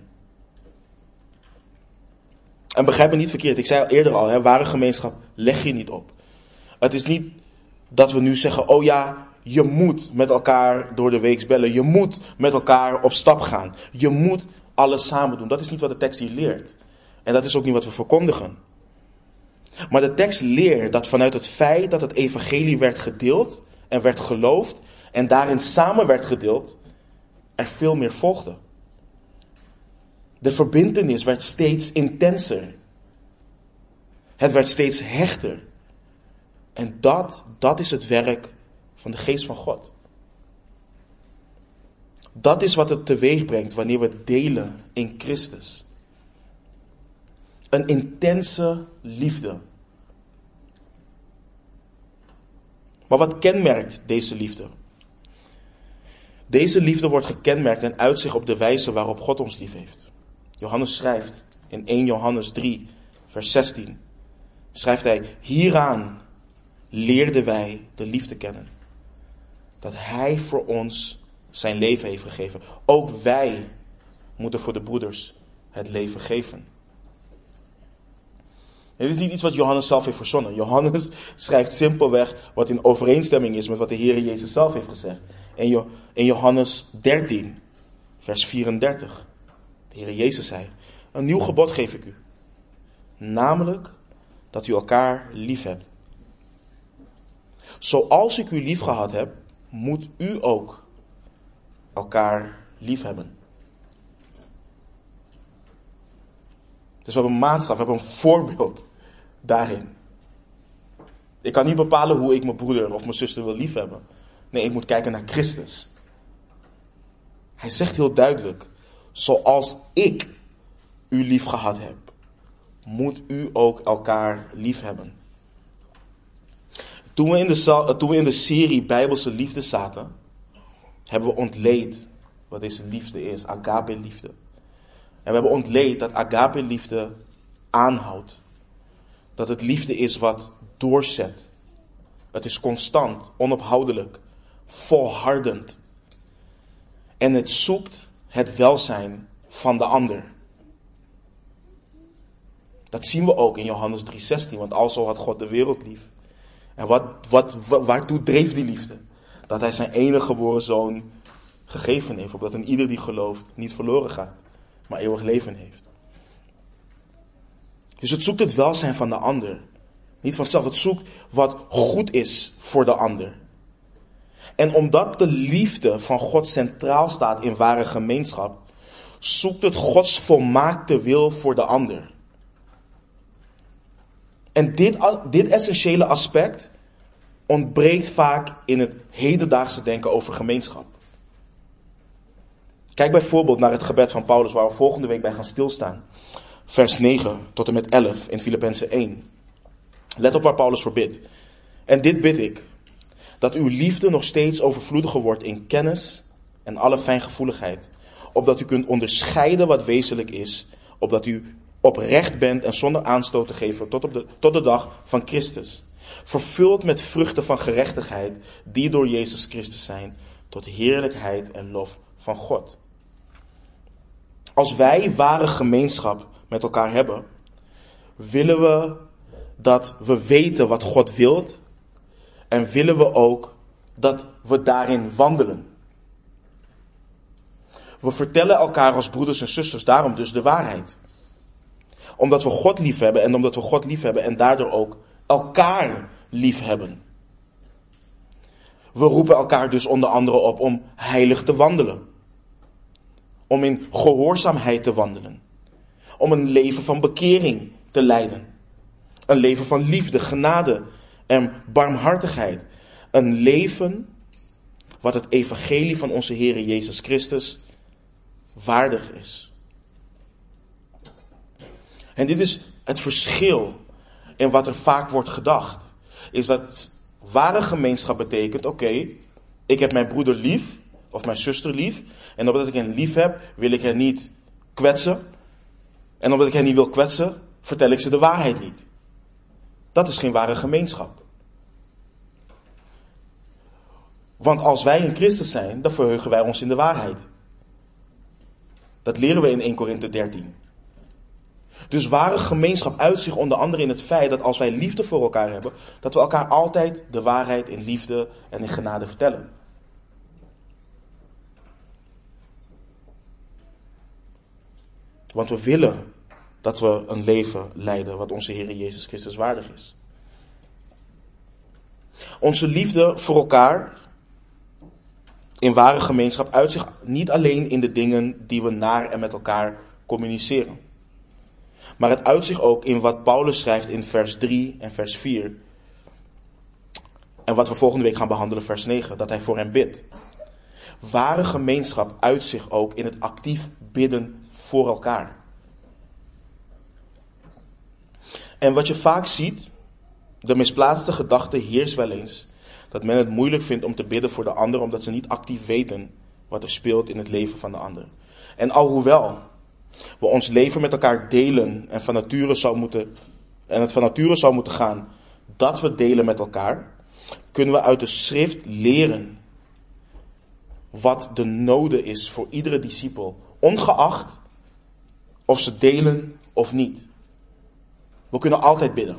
En begrijp me niet verkeerd, ik zei al eerder al, hè, ware gemeenschap leg je niet op. Het is niet dat we nu zeggen, oh ja, je moet met elkaar door de week bellen. Je moet met elkaar op stap gaan. Je moet alles samen doen. Dat is niet wat de tekst hier leert. En dat is ook niet wat we verkondigen. Maar de tekst leert dat vanuit het feit dat het evangelie werd gedeeld en werd geloofd en daarin samen werd gedeeld, er veel meer volgde. De verbintenis werd steeds intenser. Het werd steeds hechter. En dat, dat is het werk van de geest van God. Dat is wat het teweeg brengt wanneer we delen in Christus. Een intense liefde. Maar wat kenmerkt deze liefde? Deze liefde wordt gekenmerkt en uit zich op de wijze waarop God ons lief heeft. Johannes schrijft in eerste Johannes drie, vers zestien. Schrijft hij, hieraan leerden wij de liefde kennen. Dat hij voor ons zijn leven heeft gegeven. Ook wij moeten voor de broeders het leven geven. Dit is niet iets wat Johannes zelf heeft verzonnen. Johannes schrijft simpelweg wat in overeenstemming is met wat de Heer Jezus zelf heeft gezegd. In Johannes dertien, vers vierendertig. De Heer Jezus zei, een nieuw gebod geef ik u. Namelijk dat u elkaar lief hebt. Zoals ik u lief gehad heb, moet u ook elkaar lief hebben. Dus we hebben een maatstaf, we hebben een voorbeeld daarin. Ik kan niet bepalen hoe ik mijn broeder of mijn zuster wil lief hebben. Nee, ik moet kijken naar Christus. Hij zegt heel duidelijk, zoals ik u lief gehad heb, moet u ook elkaar lief hebben. Toen we in de, toen we in de serie Bijbelse liefde zaten, hebben we ontleed wat deze liefde is, agape-liefde. En we hebben ontleed dat agape-liefde aanhoudt. Dat het liefde is wat doorzet. Het is constant, onophoudelijk, volhardend. En het zoekt het welzijn van de ander. Dat zien we ook in Johannes drie zestien, want alzo had God de wereld lief. En wat, wat, waartoe dreef die liefde? Dat hij zijn enige geboren zoon gegeven heeft. Opdat een ieder die gelooft niet verloren gaat, maar eeuwig leven heeft. Dus het zoekt het welzijn van de ander. Niet vanzelf, het zoekt wat goed is voor de ander. En omdat de liefde van God centraal staat in ware gemeenschap, zoekt het Gods volmaakte wil voor de ander. En dit, dit essentiële aspect ontbreekt vaak in het hedendaagse denken over gemeenschap. Kijk bijvoorbeeld naar het gebed van Paulus, waar we volgende week bij gaan stilstaan. Vers negen tot en met elf in Filippenzen één. Let op waar Paulus voor bidt. En dit bid ik, dat uw liefde nog steeds overvloediger wordt in kennis en alle fijngevoeligheid, opdat u kunt onderscheiden wat wezenlijk is, opdat u oprecht bent en zonder aanstoot te geven tot, op de, tot de dag van Christus. Vervuld met vruchten van gerechtigheid, die door Jezus Christus zijn, tot heerlijkheid en lof van God. Als wij ware gemeenschap met elkaar hebben, willen we dat we weten wat God wilt en willen we ook dat we daarin wandelen. We vertellen elkaar als broeders en zusters daarom dus de waarheid. Omdat we God lief hebben en omdat we God lief hebben en daardoor ook elkaar lief hebben. We roepen elkaar dus onder andere op om heilig te wandelen. Om in gehoorzaamheid te wandelen. Om een leven van bekering te leiden. Een leven van liefde, genade en barmhartigheid. Een leven wat het evangelie van onze Heer Jezus Christus waardig is. En dit is het verschil in wat er vaak wordt gedacht. Is dat ware gemeenschap betekent, oké, okay, ik heb mijn broeder lief, of mijn zuster lief. En omdat ik hen lief heb, wil ik hen niet kwetsen. En omdat ik hen niet wil kwetsen, vertel ik ze de waarheid niet. Dat is geen ware gemeenschap. Want als wij in Christus zijn, dan verheugen wij ons in de waarheid. Dat leren we in eerste Korinthe dertien. Dus ware gemeenschap uit zich onder andere in het feit dat als wij liefde voor elkaar hebben, dat we elkaar altijd de waarheid in liefde en in genade vertellen. Want we willen dat we een leven leiden wat onze Heer Jezus Christus waardig is. Onze liefde voor elkaar in ware gemeenschap uit zich niet alleen in de dingen die we naar en met elkaar communiceren. Maar het uit zich ook in wat Paulus schrijft in vers drie en vers vier. En wat we volgende week gaan behandelen, vers negen, dat hij voor hen bidt. Ware gemeenschap uit zich ook in het actief bidden voor elkaar. En wat je vaak ziet, de misplaatste gedachte heerst wel eens, dat men het moeilijk vindt om te bidden voor de ander, omdat ze niet actief weten wat er speelt in het leven van de ander. En alhoewel we ons leven met elkaar delen en van nature zou moeten, en het van nature zou moeten gaan dat we delen met elkaar, kunnen we uit de schrift leren wat de noode is voor iedere discipel, ongeacht of ze delen of niet. We kunnen altijd bidden.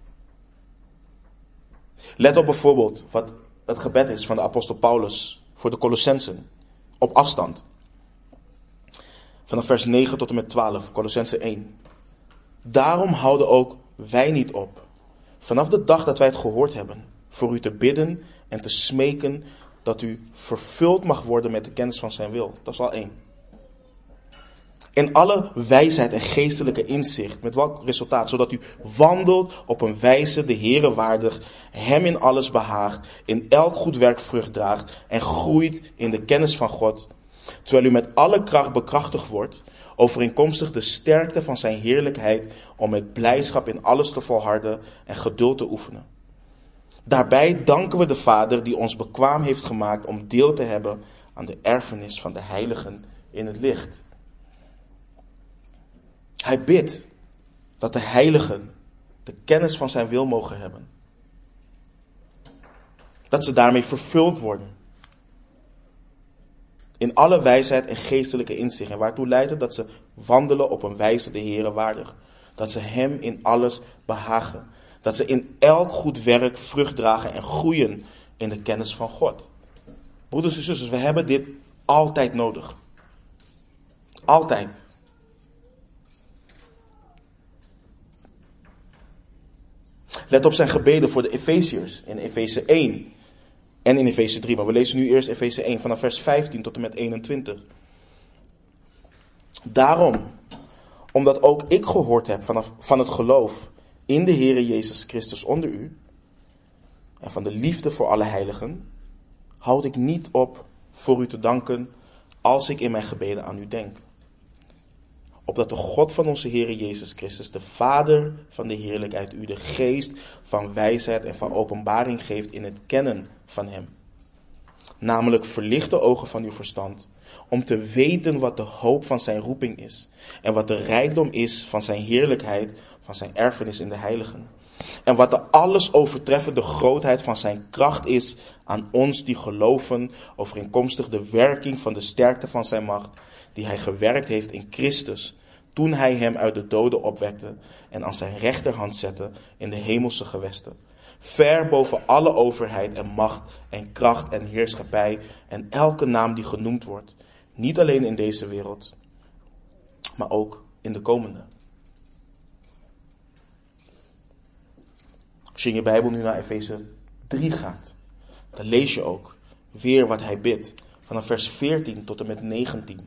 Let op bijvoorbeeld wat het gebed is van de apostel Paulus voor de Colossensen op afstand. Vanaf vers negen tot en met twaalf, Colossenzen één. Daarom houden ook wij niet op, vanaf de dag dat wij het gehoord hebben, voor u te bidden en te smeken dat u vervuld mag worden met de kennis van zijn wil. Dat is al één. In alle wijsheid en geestelijke inzicht. Met welk resultaat? Zodat u wandelt op een wijze de Heere waardig, hem in alles behaagt, in elk goed werk vrucht draagt en groeit in de kennis van God. Terwijl u met alle kracht bekrachtigd wordt, overeenkomstig de sterkte van zijn heerlijkheid, om met blijdschap in alles te volharden en geduld te oefenen. Daarbij danken we de Vader die ons bekwaam heeft gemaakt om deel te hebben aan de erfenis van de heiligen in het licht. Hij bidt dat de heiligen de kennis van zijn wil mogen hebben. Dat ze daarmee vervuld worden. In alle wijsheid en geestelijke inzicht. En waartoe leidt het? Dat ze wandelen op een wijze de Heere waardig. Dat ze hem in alles behagen. Dat ze in elk goed werk vrucht dragen en groeien in de kennis van God. Broeders en zusters, we hebben dit altijd nodig. Altijd. Let op zijn gebeden voor de Efeziërs in Efeze één en in Efeze drie. Maar we lezen nu eerst Efeze één vanaf vers vijftien tot en met eenentwintig. Daarom, omdat ook ik gehoord heb vanaf, van het geloof in de Heere Jezus Christus onder u en van de liefde voor alle heiligen, houd ik niet op voor u te danken als ik in mijn gebeden aan u denk. Opdat de God van onze Heere Jezus Christus, de Vader van de heerlijkheid, u de geest van wijsheid en van openbaring geeft in het kennen van hem. Namelijk verlicht de ogen van uw verstand, om te weten wat de hoop van zijn roeping is en wat de rijkdom is van zijn heerlijkheid, van zijn erfenis in de heiligen. En wat de alles overtreffende grootheid van zijn kracht is aan ons die geloven, overeenkomstig de werking van de sterkte van zijn macht, die hij gewerkt heeft in Christus, toen hij hem uit de doden opwekte en aan zijn rechterhand zette in de hemelse gewesten. Ver boven alle overheid en macht en kracht en heerschappij en elke naam die genoemd wordt. Niet alleen in deze wereld, maar ook in de komende. Als je in je Bijbel nu naar Efeze drie gaat, dan lees je ook weer wat hij bidt. Vanaf vers veertien tot en met negentien.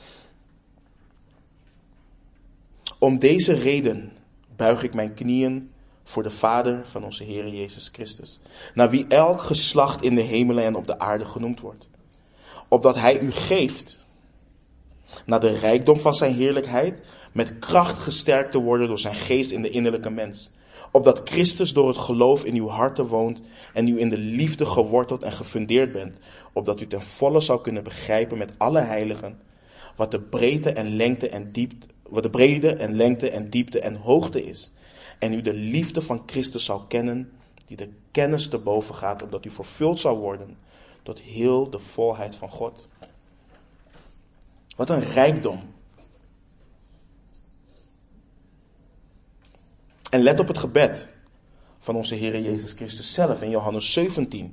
Om deze reden buig ik mijn knieën voor de Vader van onze Heer Jezus Christus, naar wie elk geslacht in de hemelen en op de aarde genoemd wordt. Opdat hij u geeft, naar de rijkdom van zijn heerlijkheid, met kracht gesterkt te worden door zijn geest in de innerlijke mens. Opdat Christus door het geloof in uw harten woont en u in de liefde geworteld en gefundeerd bent. Opdat u ten volle zou kunnen begrijpen met alle heiligen wat de breedte en lengte en diepte, wat de brede en lengte en diepte en hoogte is. En u de liefde van Christus zal kennen, die de kennis te boven gaat, opdat u vervuld zal worden tot heel de volheid van God. Wat een rijkdom. En let op het gebed van onze Heer Jezus Christus zelf in Johannes zeventien.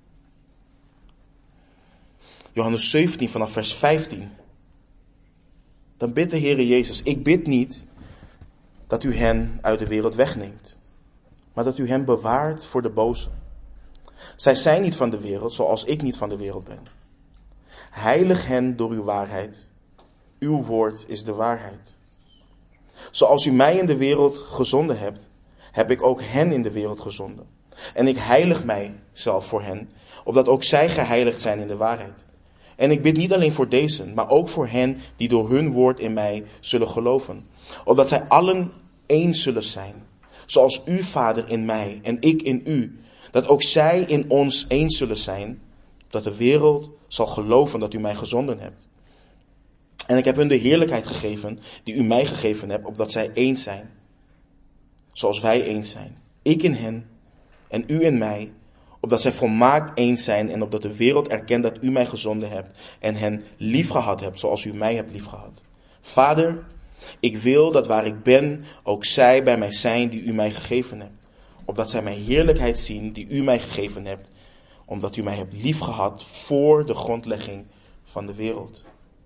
Johannes zeventien vanaf vers vijftien. Dan bidt de Heer Jezus, ik bid niet dat u hen uit de wereld wegneemt, maar dat u hen bewaart voor de boze. Zij zijn niet van de wereld, zoals ik niet van de wereld ben. Heilig hen door uw waarheid. Uw woord is de waarheid. Zoals u mij in de wereld gezonden hebt, heb ik ook hen in de wereld gezonden. En ik heilig mij zelf voor hen, opdat ook zij geheiligd zijn in de waarheid. En ik bid niet alleen voor deze, maar ook voor hen die door hun woord in mij zullen geloven. Opdat zij allen één zullen zijn, zoals u, Vader, in mij en ik in u. Dat ook zij in ons één zullen zijn, dat de wereld zal geloven dat u mij gezonden hebt. En ik heb hun de heerlijkheid gegeven die u mij gegeven hebt, opdat zij één zijn, zoals wij één zijn. Ik in hen en u in mij, opdat zij volmaakt één zijn en opdat de wereld erkent dat u mij gezonden hebt en hen lief gehad hebt, zoals u mij hebt lief gehad. Vader, ik wil dat waar ik ben, ook zij bij mij zijn die u mij gegeven hebt, opdat zij mijn heerlijkheid zien die u mij gegeven hebt, omdat u mij hebt lief gehad voor de grondlegging van de wereld.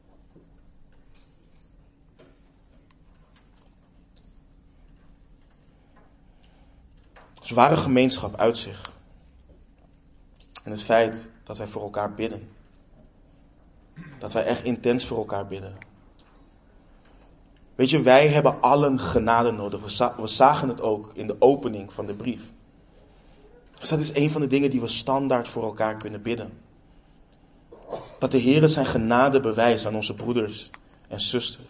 Dus ware gemeenschap uit zich in het feit dat wij voor elkaar bidden. Dat wij echt intens voor elkaar bidden. Weet je, wij hebben allen genade nodig. We, za- we zagen het ook in de opening van de brief. Dus dat is een van de dingen die we standaard voor elkaar kunnen bidden. Dat de Heere zijn genade bewijst aan onze broeders en zusters.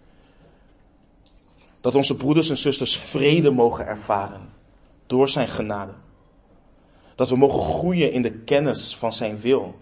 Dat onze broeders en zusters vrede mogen ervaren door zijn genade. Dat we mogen groeien in de kennis van zijn wil.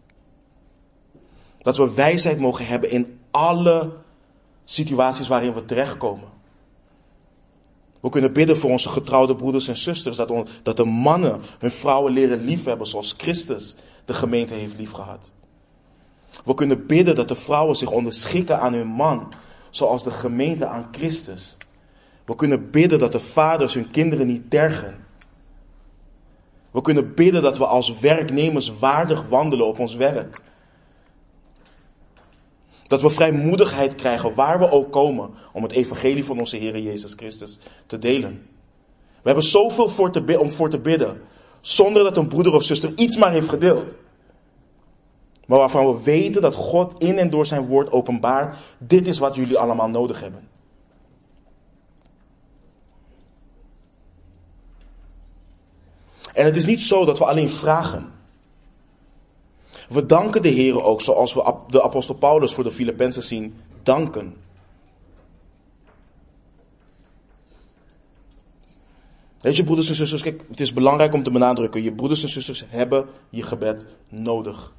Dat we wijsheid mogen hebben in alle situaties waarin we terechtkomen. We kunnen bidden voor onze getrouwde broeders en zusters. Dat, on, dat de mannen hun vrouwen leren liefhebben zoals Christus de gemeente heeft liefgehad. We kunnen bidden dat de vrouwen zich onderschikken aan hun man, zoals de gemeente aan Christus. We kunnen bidden dat de vaders hun kinderen niet tergen. We kunnen bidden dat we als werknemers waardig wandelen op ons werk. Dat we vrijmoedigheid krijgen waar we ook komen om het evangelie van onze Heer Jezus Christus te delen. We hebben zoveel voor te bidden, om voor te bidden, zonder dat een broeder of zuster iets maar heeft gedeeld. Maar waarvan we weten dat God in en door zijn woord openbaart, dit is wat jullie allemaal nodig hebben. En het is niet zo dat we alleen vragen. We danken de Heer ook, zoals we de apostel Paulus voor de Filippenzen zien, danken. Weet je, broeders en zusters, kijk, het is belangrijk om te benadrukken, je broeders en zusters hebben je gebed nodig.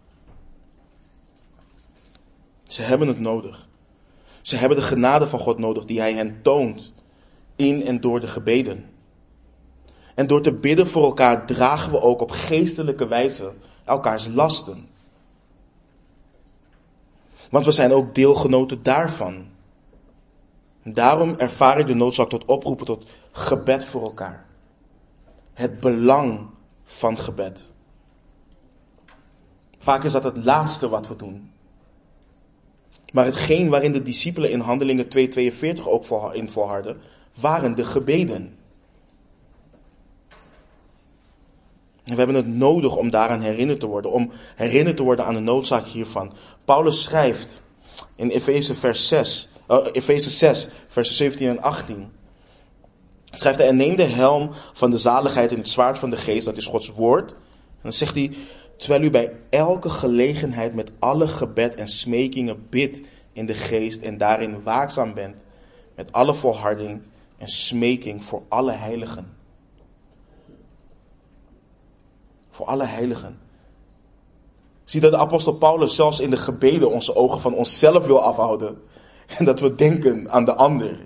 Ze hebben het nodig. Ze hebben de genade van God nodig die hij hen toont in en door de gebeden. En door te bidden voor elkaar dragen we ook op geestelijke wijze elkaars lasten. Want we zijn ook deelgenoten daarvan. Daarom ervaar ik de noodzaak tot oproepen tot gebed voor elkaar. Het belang van gebed. Vaak is dat het laatste wat we doen. Maar hetgeen waarin de discipelen in Handelingen twee tweeënveertig ook in volharden, waren de gebeden. En we hebben het nodig om daaraan herinnerd te worden, om herinnerd te worden aan de noodzaak hiervan. Paulus schrijft in Efeze vers zes, uh, Efeze zes, versen zeventien en achttien. Schrijft hij, en neem de helm van de zaligheid en het zwaard van de geest, dat is Gods woord. En dan zegt hij, terwijl u bij elke gelegenheid met alle gebed en smekingen bidt in de geest en daarin waakzaam bent, met alle volharding en smeking voor alle heiligen. Voor alle heiligen. Zie dat de apostel Paulus zelfs in de gebeden onze ogen van onszelf wil afhouden. En dat we denken aan de ander.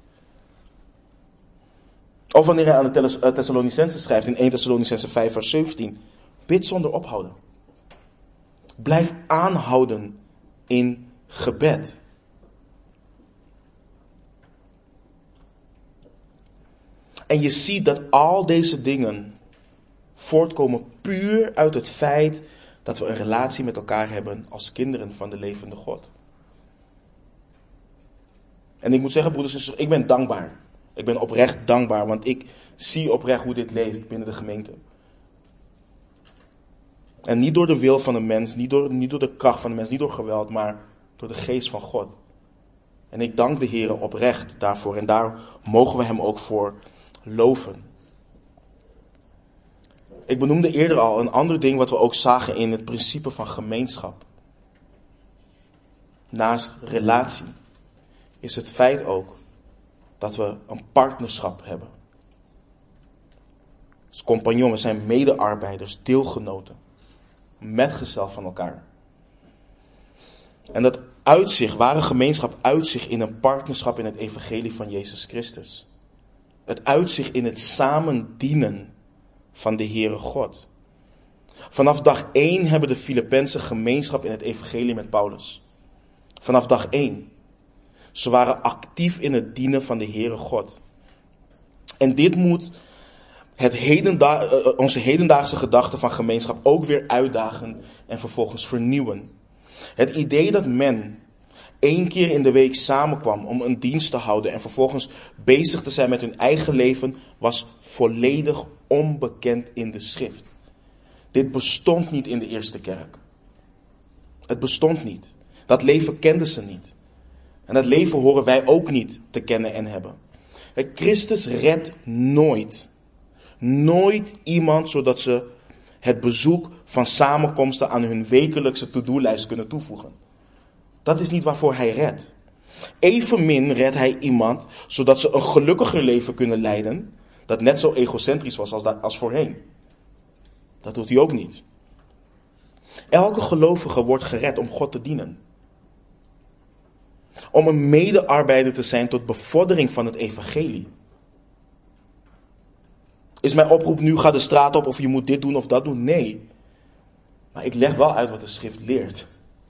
Of wanneer hij aan de Thessalonicenzen schrijft in eerste Thessalonicenzen vijf vers zeventien. Bid zonder ophouden. Blijf aanhouden in gebed. En je ziet dat al deze dingen voortkomen puur uit het feit dat we een relatie met elkaar hebben als kinderen van de levende God. En ik moet zeggen, broeders en zusters, ik ben dankbaar. Ik ben oprecht dankbaar, want ik zie oprecht hoe dit leeft binnen de gemeente. En niet door de wil van een mens, niet door, niet door de kracht van een mens, niet door geweld, maar door de geest van God. En ik dank de Heer oprecht daarvoor en daar mogen we hem ook voor loven. Ik benoemde eerder al een ander ding wat we ook zagen in het principe van gemeenschap. Naast relatie is het feit ook dat we een partnerschap hebben. Als compagnon, we zijn medearbeiders, deelgenoten, metgezel van elkaar. En dat uitzicht, ware gemeenschap uitzicht in een partnerschap in het evangelie van Jezus Christus. Het uitzicht in het samen dienen van de Heere God. Vanaf dag één hebben de Filippenzen gemeenschap in het evangelie met Paulus. Vanaf dag één. Ze waren actief in het dienen van de Heere God. En dit moet het hedenda- onze hedendaagse gedachte van gemeenschap ook weer uitdagen en vervolgens vernieuwen. Het idee dat men één keer in de week samenkwam om een dienst te houden en vervolgens bezig te zijn met hun eigen leven was volledig onbekend in de schrift. Dit bestond niet in de eerste kerk. Het bestond niet. Dat leven kenden ze niet. En dat leven horen wij ook niet te kennen en hebben. Christus redt nooit. Nooit iemand zodat ze het bezoek van samenkomsten aan hun wekelijkse to-do-lijst kunnen toevoegen. Dat is niet waarvoor hij redt. Evenmin redt hij iemand zodat ze een gelukkiger leven kunnen leiden, dat net zo egocentrisch was als, dat, als voorheen. Dat doet hij ook niet. Elke gelovige wordt gered om God te dienen. Om een medearbeider te zijn tot bevordering van het evangelie. Is mijn oproep nu, ga de straat op of je moet dit doen of dat doen? Nee. Maar ik leg wel uit wat de schrift leert.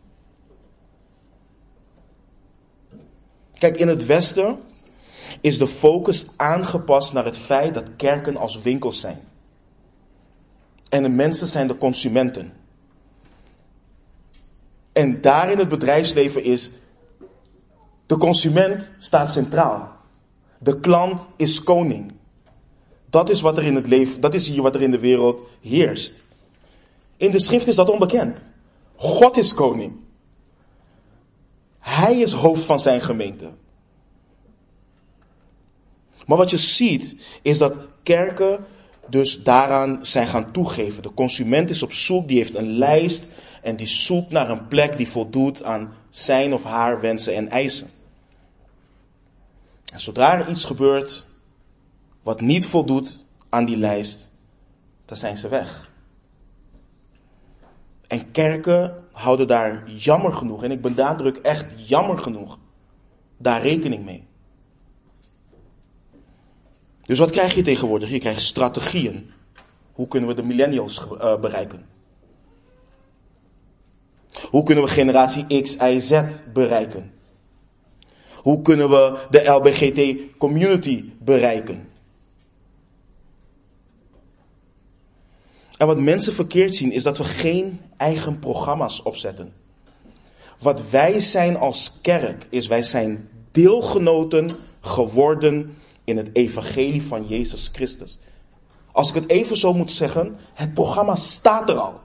Kijk, in het Westen is de focus aangepast naar het feit dat kerken als winkels zijn. En de mensen zijn de consumenten. En daar in het bedrijfsleven is De consument staat centraal. De klant is koning. Dat is wat er in het leven, dat is hier wat er in de wereld heerst. In de schrift is dat onbekend. God is koning. Hij is hoofd van zijn gemeente. Maar wat je ziet is dat kerken dus daaraan zijn gaan toegeven. De consument is op zoek, die heeft een lijst en die zoekt naar een plek die voldoet aan zijn of haar wensen en eisen. En zodra er iets gebeurt wat niet voldoet aan die lijst, dan zijn ze weg. En kerken houden daar jammer genoeg, en ik benadruk echt jammer genoeg, daar rekening mee. Dus wat krijg je tegenwoordig? Je krijgt strategieën. Hoe kunnen we de millennials uh, bereiken? Hoe kunnen we generatie X, Y, Z bereiken? Hoe kunnen we de L B G T community bereiken? En wat mensen verkeerd zien is dat we geen eigen programma's opzetten. Wat wij zijn als kerk is wij zijn deelgenoten geworden in het evangelie van Jezus Christus. Als ik het even zo moet zeggen, het programma staat er al.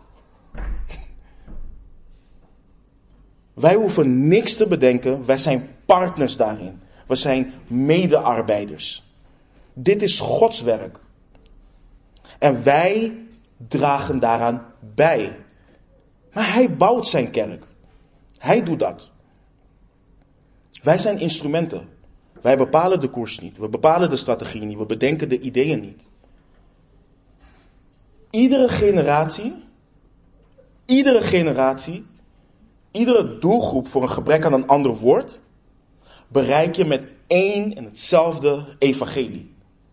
Wij hoeven niks te bedenken, wij zijn partners daarin. We zijn medearbeiders. Dit is Gods werk. En wij dragen daaraan bij. Maar hij bouwt zijn kerk. Hij doet dat. Wij zijn instrumenten. Wij bepalen de koers niet. We bepalen de strategie niet. We bedenken de ideeën niet. Iedere generatie, iedere generatie, iedere doelgroep voor een gebrek aan een ander woord, bereik je met één en hetzelfde evangelie.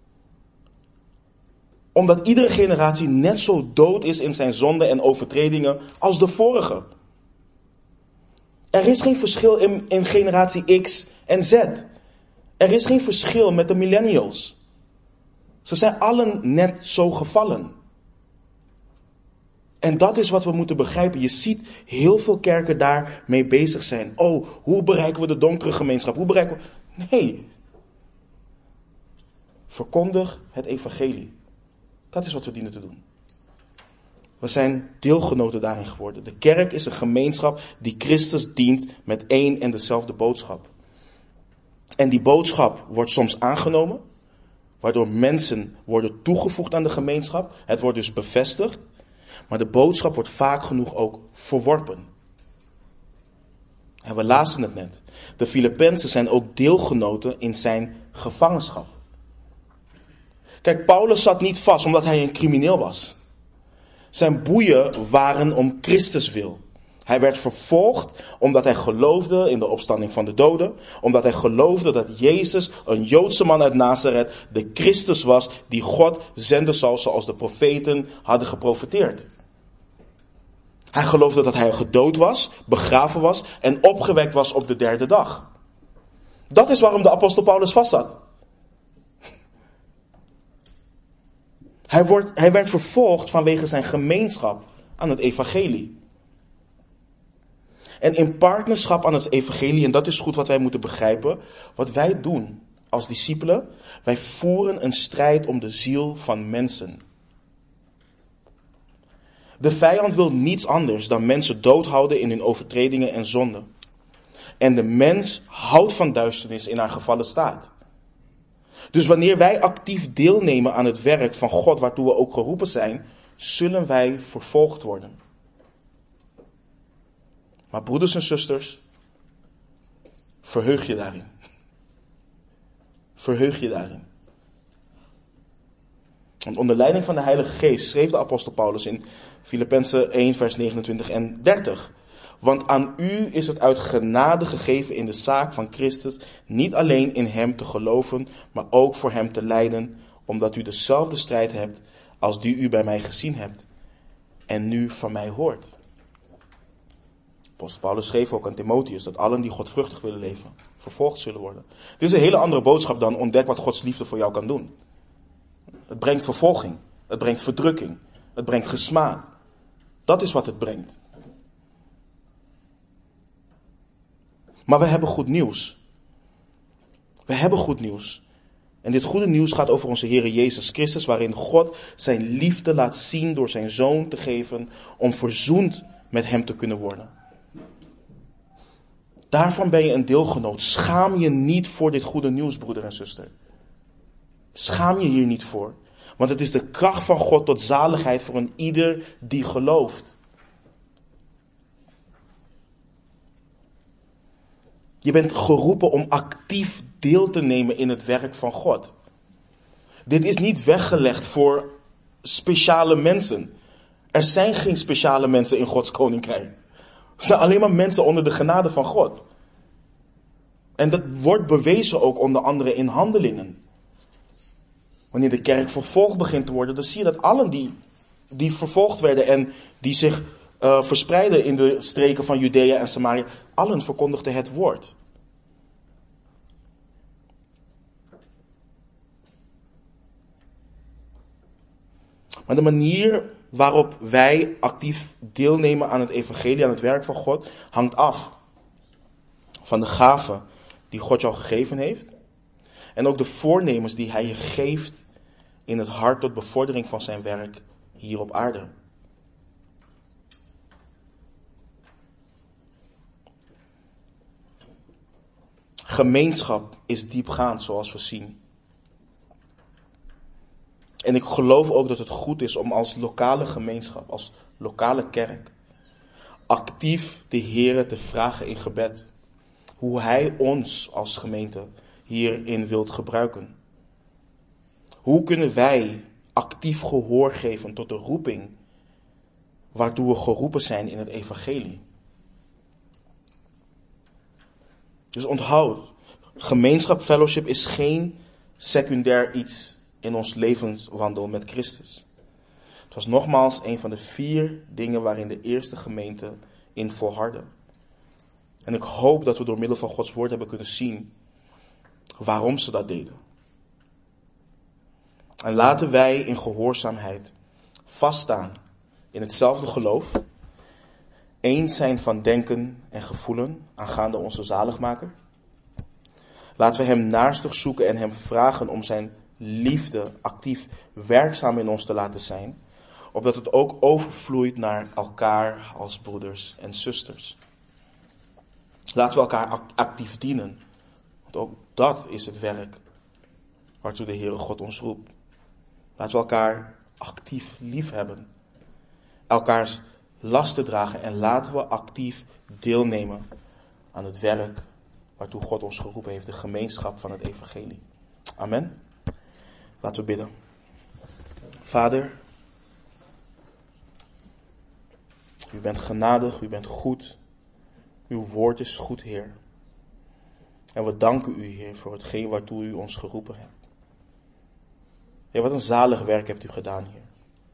Omdat iedere generatie net zo dood is in zijn zonden en overtredingen als de vorige. Er is geen verschil in, in generatie X en Z. Er is geen verschil met de millennials. Ze zijn allen net zo gevallen. En dat is wat we moeten begrijpen. Je ziet heel veel kerken daarmee bezig zijn. Oh, hoe bereiken we de donkere gemeenschap? Hoe bereiken we... Nee. Verkondig het evangelie. Dat is wat we dienen te doen. We zijn deelgenoten daarin geworden. De kerk is een gemeenschap die Christus dient met één en dezelfde boodschap. En die boodschap wordt soms aangenomen, waardoor mensen worden toegevoegd aan de gemeenschap. Het wordt dus bevestigd, maar de boodschap wordt vaak genoeg ook verworpen. En we lazen het net. De Filippenzen zijn ook deelgenoten in zijn gevangenschap. Kijk, Paulus zat niet vast omdat hij een crimineel was. Zijn boeien waren om Christus wil. Hij werd vervolgd omdat hij geloofde in de opstanding van de doden. Omdat hij geloofde dat Jezus, een Joodse man uit Nazareth, de Christus was die God zenden zal zoals de profeten hadden geprofeteerd. Hij geloofde dat hij gedood was, begraven was en opgewekt was op de derde dag. Dat is waarom de apostel Paulus vastzat. Hij, wordt, hij werd vervolgd vanwege zijn gemeenschap aan het evangelie. En in partnerschap aan het evangelie, en dat is goed wat wij moeten begrijpen, wat wij doen als discipelen, wij voeren een strijd om de ziel van mensen. De vijand wil niets anders dan mensen doodhouden in hun overtredingen en zonden. En de mens houdt van duisternis in haar gevallen staat. Dus wanneer wij actief deelnemen aan het werk van God waartoe we ook geroepen zijn, zullen wij vervolgd worden. Maar broeders en zusters, verheug je daarin. Verheug je daarin. Want onder leiding van de Heilige Geest schreef de apostel Paulus in Filippenzen één vers negenentwintig en dertig. Want aan u is het uit genade gegeven in de zaak van Christus niet alleen in hem te geloven, maar ook voor hem te lijden, omdat u dezelfde strijd hebt als die u bij mij gezien hebt en nu van mij hoort. Apostel Paulus schreef ook aan Timotheus dat allen die godvruchtig willen leven, vervolgd zullen worden. Dit is een hele andere boodschap dan ontdek wat Gods liefde voor jou kan doen. Het brengt vervolging, het brengt verdrukking, het brengt gesmaad. Dat is wat het brengt. Maar we hebben goed nieuws. We hebben goed nieuws. En dit goede nieuws gaat over onze Heer Jezus Christus, waarin God zijn liefde laat zien door zijn Zoon te geven om verzoend met hem te kunnen worden. Daarvan ben je een deelgenoot. Schaam je niet voor dit goede nieuws, broeder en zuster. Schaam je hier niet voor. Want het is de kracht van God tot zaligheid voor een ieder die gelooft. Je bent geroepen om actief deel te nemen in het werk van God. Dit is niet weggelegd voor speciale mensen. Er zijn geen speciale mensen in Gods koninkrijk. Er zijn alleen maar mensen onder de genade van God. En dat wordt bewezen ook onder andere in Handelingen. Wanneer de kerk vervolgd begint te worden, dan zie je dat allen die, die vervolgd werden en die zich uh, verspreiden in de streken van Judea en Samaria, allen verkondigden het woord. Maar de manier waarop wij actief deelnemen aan het evangelie, aan het werk van God, hangt af van de gaven die God jou gegeven heeft. En ook de voornemens die hij je geeft in het hart tot bevordering van zijn werk hier op aarde. Gemeenschap is diepgaand, zoals we zien. En ik geloof ook dat het goed is om als lokale gemeenschap, als lokale kerk, actief de Heere te vragen in gebed. Hoe hij ons als gemeente hierin wilt gebruiken. Hoe kunnen wij actief gehoor geven tot de roeping waartoe we geroepen zijn in het evangelie. Dus onthoud, gemeenschap, fellowship is geen secundair iets in ons levenswandel met Christus. Het was nogmaals een van de vier dingen waarin de eerste gemeente in volhardde. En ik hoop dat we door middel van Gods woord hebben kunnen zien waarom ze dat deden. En laten wij in gehoorzaamheid vaststaan in hetzelfde geloof, eens zijn van denken en gevoelen aangaande onze zaligmaker. Laten we hem naarstig zoeken en hem vragen om zijn liefde actief werkzaam in ons te laten zijn, opdat het ook overvloeit naar elkaar als broeders en zusters. Laten we elkaar actief dienen, want ook dat is het werk waartoe de Heere God ons roept. Laten we elkaar actief lief hebben, elkaars lasten dragen en laten we actief deelnemen aan het werk waartoe God ons geroepen heeft, de gemeenschap van het evangelie. Amen. Laten we bidden. Vader, u bent genadig, u bent goed. Uw woord is goed, Heer. En we danken u, Heer, voor hetgeen waartoe u ons geroepen hebt. Heer, wat een zalig werk hebt u gedaan, Heer.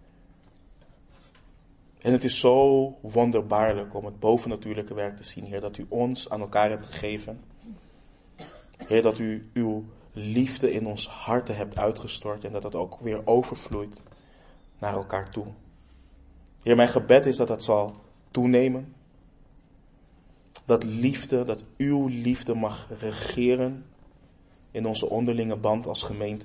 En het is zo wonderbaarlijk om het bovennatuurlijke werk te zien, Heer, dat u ons aan elkaar hebt gegeven. Heer, dat u uw liefde in ons harten hebt uitgestort en dat dat ook weer overvloeit naar elkaar toe. Heer, mijn gebed is dat dat zal toenemen. Dat liefde, dat uw liefde mag regeren in onze onderlinge band als gemeente.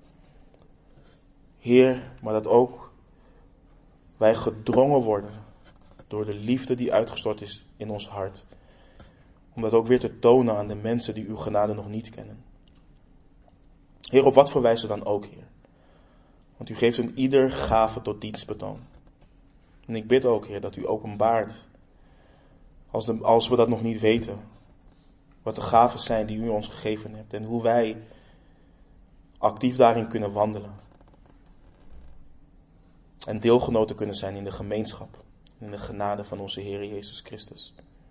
Heer, maar dat ook wij gedrongen worden door de liefde die uitgestort is in ons hart. Om dat ook weer te tonen aan de mensen die uw genade nog niet kennen. Heer, op wat voor wijze dan ook, Heer. Want u geeft een ieder gave tot dienstbetoon. En ik bid ook, Heer, dat u openbaart, als, de, als we dat nog niet weten, wat de gaven zijn die u ons gegeven hebt. En hoe wij actief daarin kunnen wandelen. En deelgenoten kunnen zijn in de gemeenschap. In de genade van onze Heer Jezus Christus.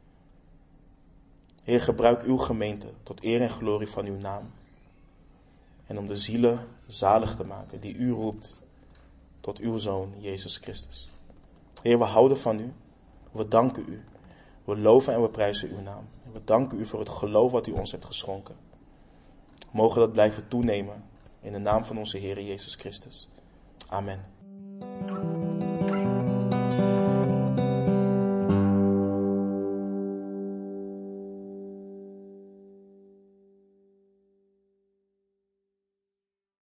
Heer, gebruik uw gemeente tot eer en glorie van uw naam. En om de zielen zalig te maken die u roept tot uw Zoon Jezus Christus. Heer, we houden van u. We danken u. We loven en we prijzen uw naam. En we danken u voor het geloof wat u ons hebt geschonken. Mogen dat blijven toenemen in de naam van onze Heer Jezus Christus. Amen.